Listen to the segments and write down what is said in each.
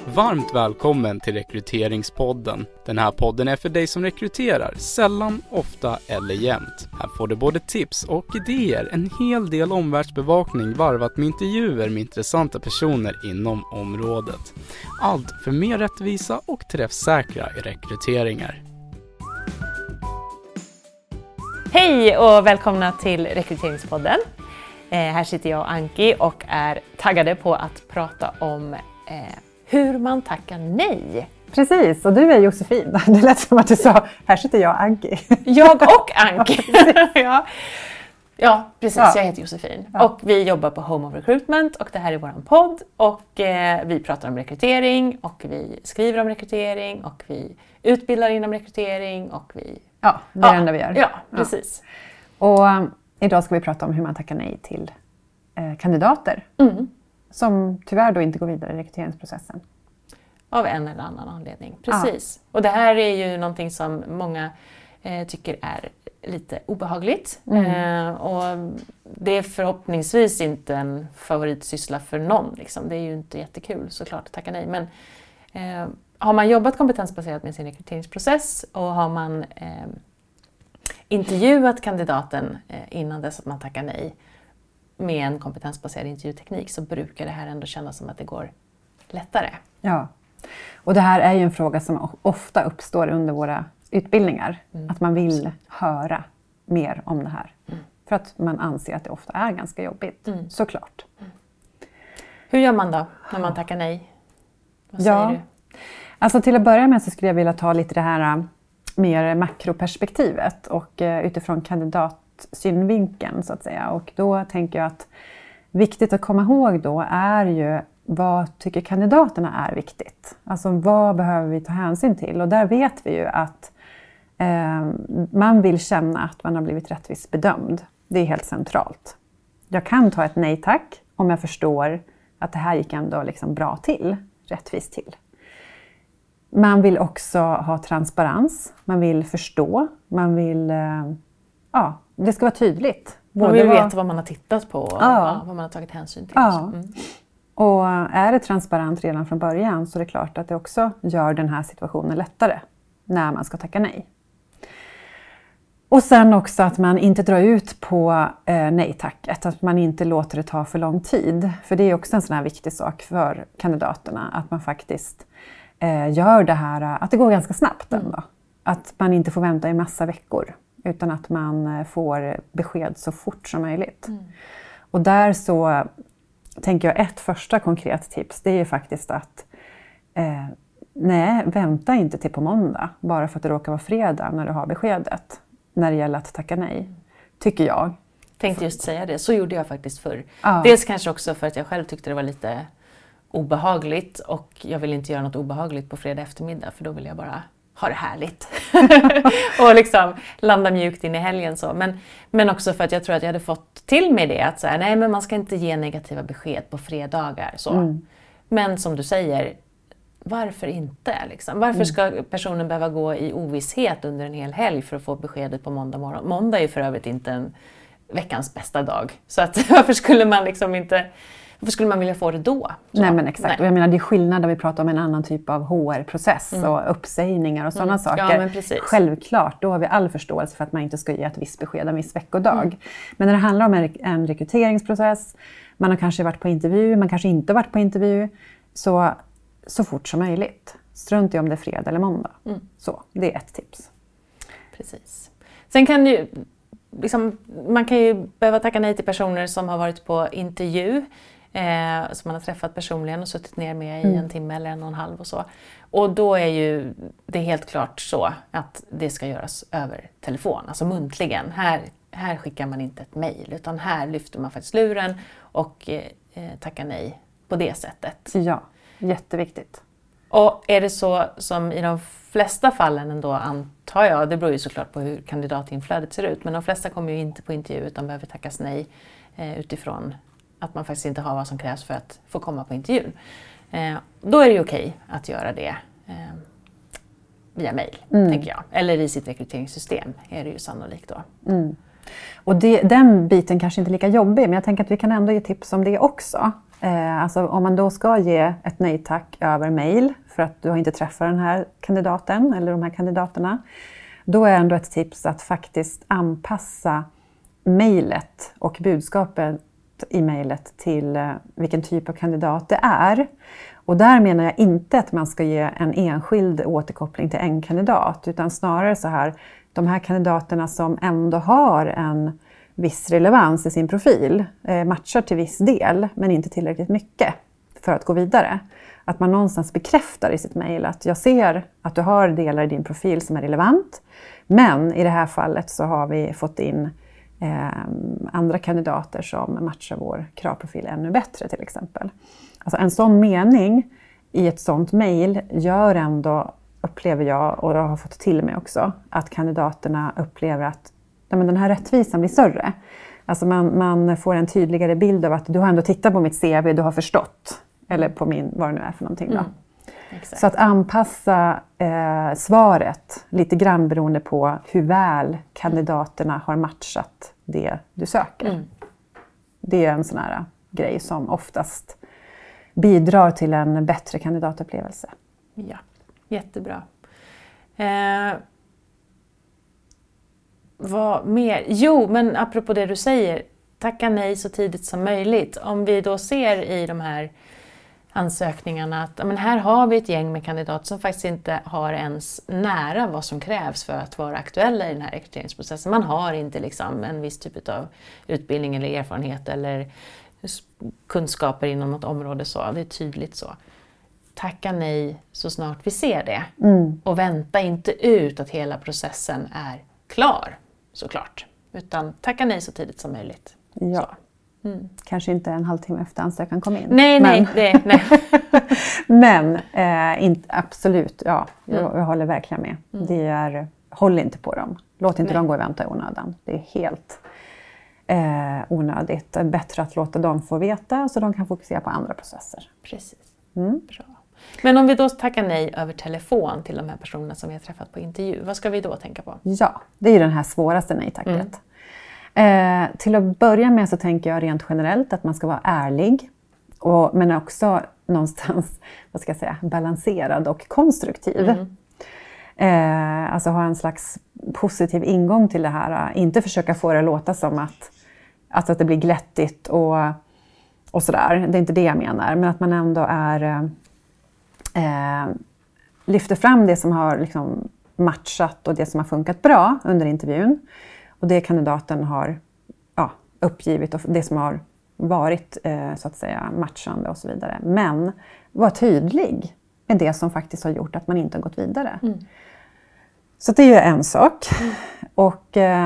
Varmt välkommen till Rekryteringspodden. Den här podden är för dig som rekryterar, sällan, ofta eller jämt. Här får du både tips och idéer, en hel del omvärldsbevakning varvat med intervjuer med intressanta personer inom området. Allt för mer rättvisa och träffsäkra rekryteringar. Hej och välkomna till Rekryteringspodden. Här sitter jag och Anki och är taggade på att prata om hur man tackar nej. Precis, och du är Josefin. Det lät som att du sa, här sitter jag och Anki. Jag och Anki. Ja, precis. Ja. Jag heter Josefin. Ja. Och vi jobbar på Home of Recruitment och det här är vår podd. Och vi pratar om rekrytering och vi skriver om rekrytering och vi utbildar inom rekrytering och vi... Ja, det är det enda vi gör. Ja, precis. Ja. Och idag ska vi prata om hur man tackar nej till kandidater. Som tyvärr då inte går vidare i rekryteringsprocessen. Av en eller annan anledning, precis. Ja. Och det här är ju någonting som många tycker är lite obehagligt. Och det är förhoppningsvis inte en favoritsyssla för någon. Liksom. Det är ju inte jättekul såklart att tacka nej. Men har man jobbat kompetensbaserat med sin rekryteringsprocess och har man intervjuat kandidaten innan dess att man tackar nej med en kompetensbaserad intervjuteknik så brukar det här ändå kännas som att det går lättare. Ja, och det här är ju en fråga som ofta uppstår under våra utbildningar. Att man vill höra mer om det här. För att man anser att det ofta är ganska jobbigt, såklart. Hur gör man då när man tackar nej? Vad säger du? Alltså till att börja med så skulle jag vilja ta lite det här mer makroperspektivet och utifrån kandidatsynvinkeln så att säga. Och då tänker jag att viktigt att komma ihåg då är ju vad tycker kandidaterna är viktigt? Alltså vad behöver vi ta hänsyn till? Och där vet vi ju att man vill känna att man har blivit rättvist bedömd. Det är helt centralt. Jag kan ta ett nej tack om jag förstår att det här gick ändå liksom bra till, rättvist till. Man vill också ha transparens, man vill förstå, man vill, det ska vara tydligt. Man vill veta vad man har tittat på och vad man har tagit hänsyn till. Ja. Och är det transparent redan från början så är det klart att det också gör den här situationen lättare när man ska tacka nej. Och sen också att man inte drar ut på nej-tacket, att man inte låter det ta för lång tid. För det är också en sån här viktig sak för kandidaterna, att man faktiskt gör det här, att det går ganska snabbt ändå. Att man inte får vänta i massa veckor utan att man får besked så fort som möjligt. Och där så tänker jag ett första konkret tips, det är faktiskt att vänta inte till på måndag bara för att det råkar vara fredag när du har beskedet när det gäller att tacka nej, tycker jag. Tänkte just säga det, så gjorde jag faktiskt förr. Dels kanske också för att jag själv tyckte det var lite obehagligt och jag vill inte göra något obehagligt på fredag eftermiddag för då vill jag bara ha det härligt och liksom landa mjukt in i helgen så. Men också för att jag tror att jag hade fått till mig det att så här, nej men man ska inte ge negativa besked på fredagar så. Men som du säger, varför inte liksom? Varför ska personen behöva gå i ovisshet under en hel helg för att få beskedet på måndag morgon? Måndag är ju för övrigt inte en veckans bästa dag. Så att varför skulle man vilja få det då? Så. Nej men exakt. Och jag menar det är skillnad när vi pratar om en annan typ av HR-process och uppsägningar och sådana saker. Ja, men precis. Självklart, då har vi all förståelse för att man inte ska ge ett visst besked en viss veckodag. Men när det handlar om en rekryteringsprocess, man har kanske varit på intervju, man kanske inte varit på intervju, så fort som möjligt. Strunt i om det är fredag eller måndag. Så, det är ett tips. Precis. Sen kan ju man kan ju behöva tacka nej till personer som har varit på intervju. Som man har träffat personligen och suttit ner med i en timme eller 1,5 och så. Och då är ju det helt klart så att det ska göras över telefon, alltså muntligen. Här skickar man inte ett mejl utan här lyfter man faktiskt luren och tackar nej på det sättet. Ja, jätteviktigt. Och är det så som i de flesta fallen ändå antar jag, det beror ju såklart på hur kandidatinflödet ser ut, men de flesta kommer ju inte på intervju utan behöver tackas nej utifrån att man faktiskt inte har vad som krävs för att få komma på intervjun. Då är det ju okej att göra det via mejl, tänker jag. Eller i sitt rekryteringssystem är det ju sannolikt då. Och den biten kanske inte är lika jobbig, men jag tänker att vi kan ändå ge tips om det också. Alltså om man då ska ge ett nej tack över mejl för att du har inte träffat den här kandidaten eller de här kandidaterna, då är ändå ett tips att faktiskt anpassa mejlet och budskapet i mejlet till vilken typ av kandidat det är. Och där menar jag inte att man ska ge en enskild återkoppling till en kandidat, utan snarare så här, de här kandidaterna som ändå har en viss relevans i sin profil, matchar till viss del men inte tillräckligt mycket för att gå vidare. Att man någonstans bekräftar i sitt mejl att jag ser att du har delar i din profil som är relevant, men i det här fallet så har vi fått in andra kandidater som matchar vår kravprofil ännu bättre till exempel. Alltså en sån mening i ett sånt mejl gör ändå, upplever jag, och jag har fått till mig också, att kandidaterna upplever att den här rättvisan blir större. Alltså man får en tydligare bild av att du har ändå tittat på mitt CV, du har förstått. Eller på vad det nu är för någonting då. Så att anpassa svaret lite grann beroende på hur väl kandidaterna har matchat det du söker. Det är en sån här grej som oftast bidrar till en bättre kandidatupplevelse. Ja, jättebra. Vad mer? Jo, men apropå det du säger, tacka nej så tidigt som möjligt. Om vi då ser i de här ansökningarna att men här har vi ett gäng med kandidater som faktiskt inte har ens nära vad som krävs för att vara aktuella i den här rekryteringsprocessen. Man har inte liksom en viss typ av utbildning eller erfarenhet eller kunskaper inom något område. Så. Det är tydligt så. Tacka nej så snart vi ser det. Och vänta inte ut att hela processen är klar, såklart. Utan tacka nej så tidigt som möjligt. Ja. Kanske inte en halvtimme efter ansökan kom in. Nej. Men absolut, ja, jag håller verkligen med. Håll inte på dem. Låt inte dem gå och vänta i onödan. Det är helt onödigt. Det är bättre att låta dem få veta så de kan fokusera på andra processer. Precis. Bra. Men om vi då tackar nej över telefon till de här personerna som vi har träffat på intervju, vad ska vi då tänka på? Ja, det är ju den här svåraste nej-tacket. Till att börja med så tänker jag rent generellt att man ska vara ärlig. Men också någonstans, balanserad och konstruktiv. Alltså ha en slags positiv ingång till det här. Inte försöka få det att låta som att det blir glättigt och sådär. Det är inte det jag menar. Men att man ändå lyfter fram det som har liksom matchat och det som har funkat bra under intervjun. Och det kandidaten har uppgivit och det som har varit så att säga matchande och så vidare. Men var tydlig med det som faktiskt har gjort att man inte har gått vidare. Så det är ju en sak. Och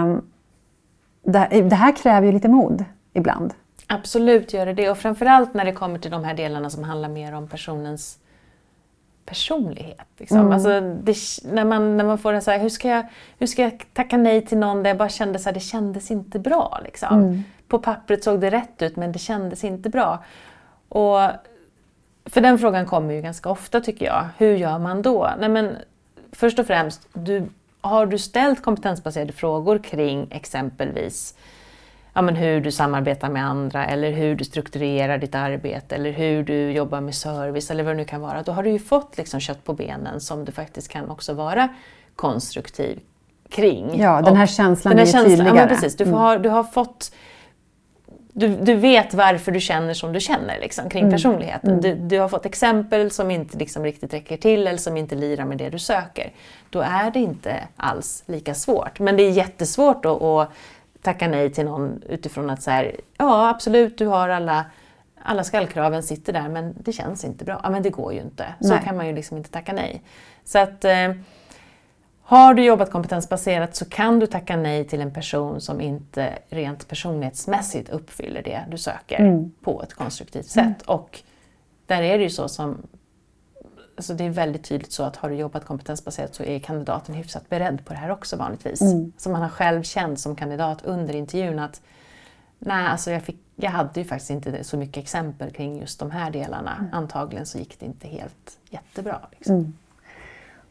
det här kräver ju lite mod ibland. Absolut gör det. Och framförallt när det kommer till de här delarna som handlar mer om personens personlighet. Liksom. Alltså när man får en så här, hur ska jag tacka nej till någon där jag bara kände så här, det kändes inte bra. Liksom. På pappret såg det rätt ut men det kändes inte bra. Och för den frågan kommer ju ganska ofta tycker jag. Hur gör man då? Nej, men först och främst, har du ställt kompetensbaserade frågor kring exempelvis hur du samarbetar med andra eller hur du strukturerar ditt arbete eller hur du jobbar med service eller vad det nu kan vara. Då har du ju fått liksom kött på benen som du faktiskt kan också vara konstruktiv kring. Ja, den här känslan är tydligare. Ja, precis. Du har fått... Du vet varför du känner som du känner liksom, kring personligheten. Du har fått exempel som inte liksom riktigt räcker till eller som inte lirar med det du söker. Då är det inte alls lika svårt. Men det är jättesvårt att tacka nej till någon utifrån att så här, ja absolut du har alla skallkraven sitter där men det känns inte bra. Ja men det går ju inte. Så kan man ju liksom inte tacka nej. Så att har du jobbat kompetensbaserat så kan du tacka nej till en person som inte rent personlighetsmässigt uppfyller det du söker på ett konstruktivt sätt. Och där är det ju så som, alltså det är väldigt tydligt så att har du jobbat kompetensbaserat så är kandidaten hyfsat beredd på det här också vanligtvis. Så man har själv känt som kandidat under intervjun att nej, alltså jag hade ju faktiskt inte så mycket exempel kring just de här delarna. Antagligen så gick det inte helt jättebra. Liksom.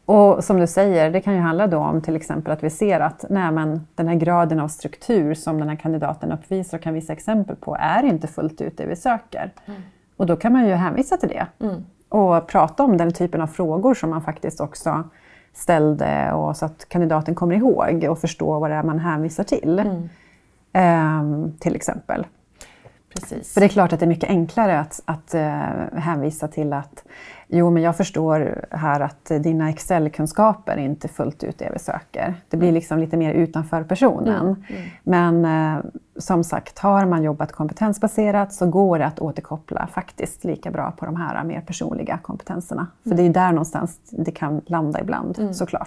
Och som du säger, det kan ju handla då om till exempel att vi ser att den här graden av struktur som den här kandidaten uppvisar och kan visa exempel på är inte fullt ut det vi söker. Och då kan man ju hänvisa till det. Och prata om den typen av frågor som man faktiskt också ställde och så att kandidaten kommer ihåg och förstår vad det är man hänvisar till. Till exempel. Precis. För det är klart att det är mycket enklare att hänvisa till att men jag förstår här att dina Excel-kunskaper är inte fullt ut det vi söker. Det blir liksom lite mer utanför personen. Men som sagt, har man jobbat kompetensbaserat så går det att återkoppla faktiskt lika bra på de här mer personliga kompetenserna. För det är ju där någonstans det kan landa ibland, såklart.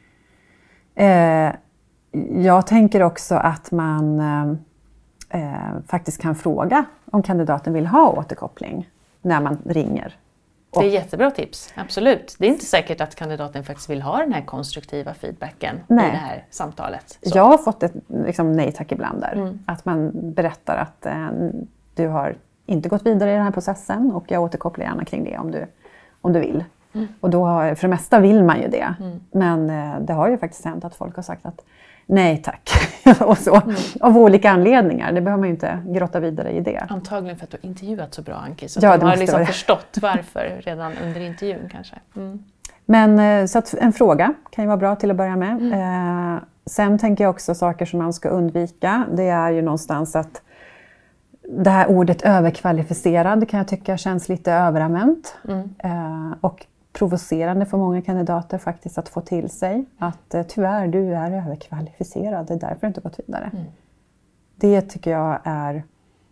Jag tänker också att man faktiskt kan fråga om kandidaten vill ha återkoppling när man ringer. Det är jättebra tips, absolut. Det är inte säkert att kandidaten faktiskt vill ha den här konstruktiva feedbacken i det här samtalet. Så. Jag har fått ett nej tack ibland där. Att man berättar att du har inte gått vidare i den här processen och jag återkopplar gärna kring det om du vill. Och då för det mesta vill man ju det. Men det har ju faktiskt hänt att folk har sagt att nej tack. och så. Av olika anledningar. Det behöver man ju inte grotta vidare i det. Antagligen för att du har intervjuat så bra, Anki. Så de har liksom förstått varför redan under intervjun kanske. Men så att en fråga kan ju vara bra till att börja med. Sen tänker jag också saker som man ska undvika. Det är ju någonstans att det här ordet överkvalificerad kan jag tycka känns lite överanvänt. Och provocerande för många kandidater faktiskt att få till sig att tyvärr du är överkvalificerad, det är därför du inte gått vidare. Det tycker jag är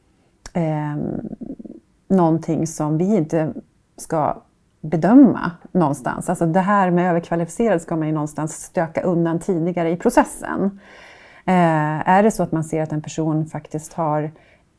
någonting som vi inte ska bedöma någonstans. Alltså det här med överkvalificerad ska man ju någonstans stöka undan tidigare i processen. Är det så att man ser att en person faktiskt har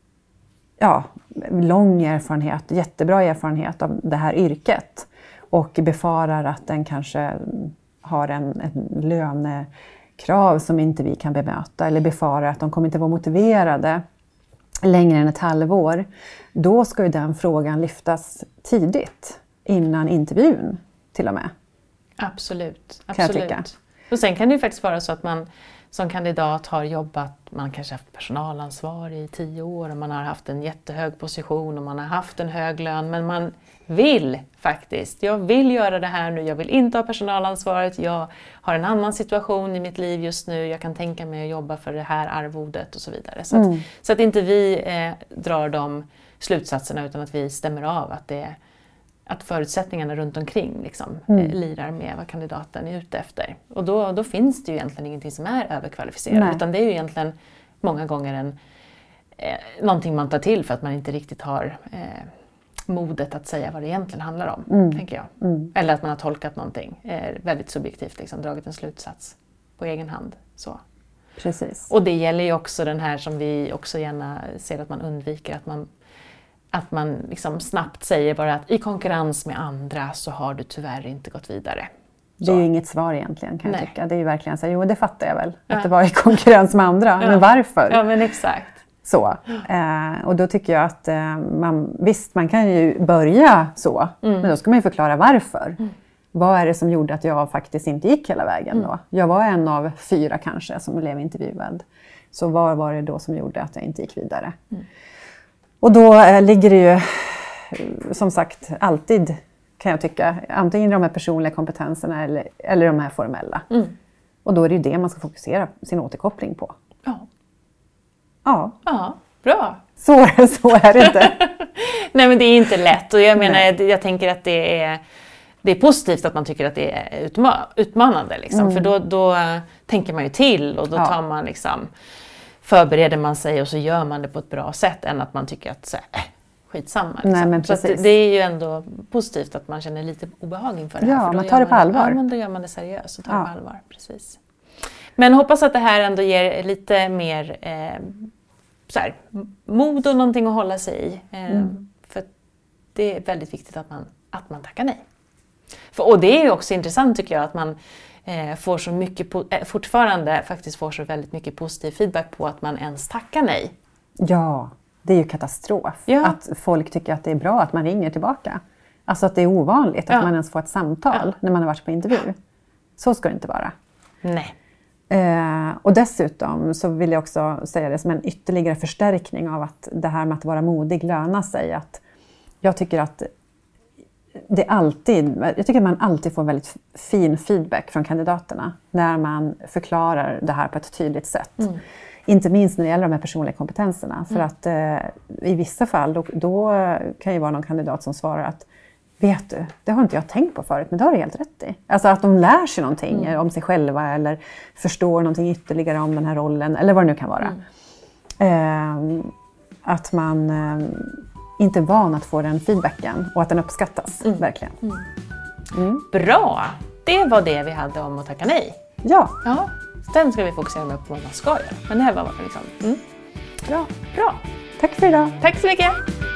lång erfarenhet, jättebra erfarenhet av det här yrket och befarar att den kanske har en lönekrav som inte vi kan bemöta eller befarar att de kommer inte vara motiverade längre än ett halvår, då ska ju den frågan lyftas tidigt innan intervjun till och med. Absolut. Och sen kan det ju faktiskt vara så att man som kandidat har jobbat, man kanske haft personalansvar i 10 år och man har haft en jättehög position och man har haft en hög lön, men man vill faktiskt, jag vill göra det här nu, jag vill inte ha personalansvaret, jag har en annan situation i mitt liv just nu, jag kan tänka mig att jobba för det här arvodet och så vidare. Så att inte vi drar de slutsatserna utan att vi stämmer av att förutsättningarna runt omkring liksom, lirar med vad kandidaten är ute efter. Och då finns det ju egentligen ingenting som är överkvalificerat. Utan det är ju egentligen många gånger någonting man tar till för att man inte riktigt har modet att säga vad det egentligen handlar om, tänker jag. Eller att man har tolkat någonting väldigt subjektivt, liksom, dragit en slutsats på egen hand. Så. Precis. Och det gäller ju också den här som vi också gärna ser att man undviker, att man liksom snabbt säger bara att i konkurrens med andra så har du tyvärr inte gått vidare. Det är ju inget svar egentligen kan jag tycka. Det är ju verkligen så här, jo det fattar jag väl. Att det var i konkurrens med andra. Men varför? Ja men exakt. Så. Och då tycker jag att man kan ju börja så. Men då ska man ju förklara varför. Vad är det som gjorde att jag faktiskt inte gick hela vägen då? Jag var en av 4 kanske som blev intervjuad. Så vad var det då som gjorde att jag inte gick vidare? Och då ligger det ju som sagt alltid, kan jag tycka, antingen de här personliga kompetenserna eller de här formella. Och då är det ju det man ska fokusera sin återkoppling på. Ja, bra. Så är det inte. Nej men det är inte lätt och jag tänker att det är positivt att man tycker att det är utmanande. Liksom. För då tänker man ju till och då tar man liksom, förbereder man sig och så gör man det på ett bra sätt än att man tycker att skitsamma. Liksom. Nej, men så att det är ju ändå positivt att man känner lite obehag inför det här. Ja, man tar det på allvar. Ja, men då gör man det seriöst och tar det på allvar. Precis. Men hoppas att det här ändå ger lite mer mod och någonting att hålla sig i. För det är väldigt viktigt att man tackar nej. Och det är ju också intressant tycker jag att man får så mycket, fortfarande faktiskt får så väldigt mycket positiv feedback på att man ens tackar nej. Ja, det är ju katastrof. Ja. Att folk tycker att det är bra att man ringer tillbaka. Alltså att det är ovanligt att man ens får ett samtal när man har varit på intervju. Så ska det inte vara. Nej. Och dessutom så vill jag också säga det som en ytterligare förstärkning av att det här med att vara modig lönar sig. Att jag tycker att man alltid får väldigt fin feedback från kandidaterna när man förklarar det här på ett tydligt sätt. Inte minst när det gäller de här personliga kompetenserna. För att i vissa fall då kan ju vara någon kandidat som svarar att vet du, det har inte jag tänkt på förut, men det har du helt rätt i. Alltså att de lär sig någonting om sig själva eller förstår någonting ytterligare om den här rollen eller vad det nu kan vara. Att man inte är van att få den feedbacken och att den uppskattas, verkligen. Bra! Det var det vi hade om att tacka nej. Ja. Sen ska vi fokusera mer på vad man ska göra. Men det här var liksom... Bra. Bra! Tack för idag. Tack så mycket!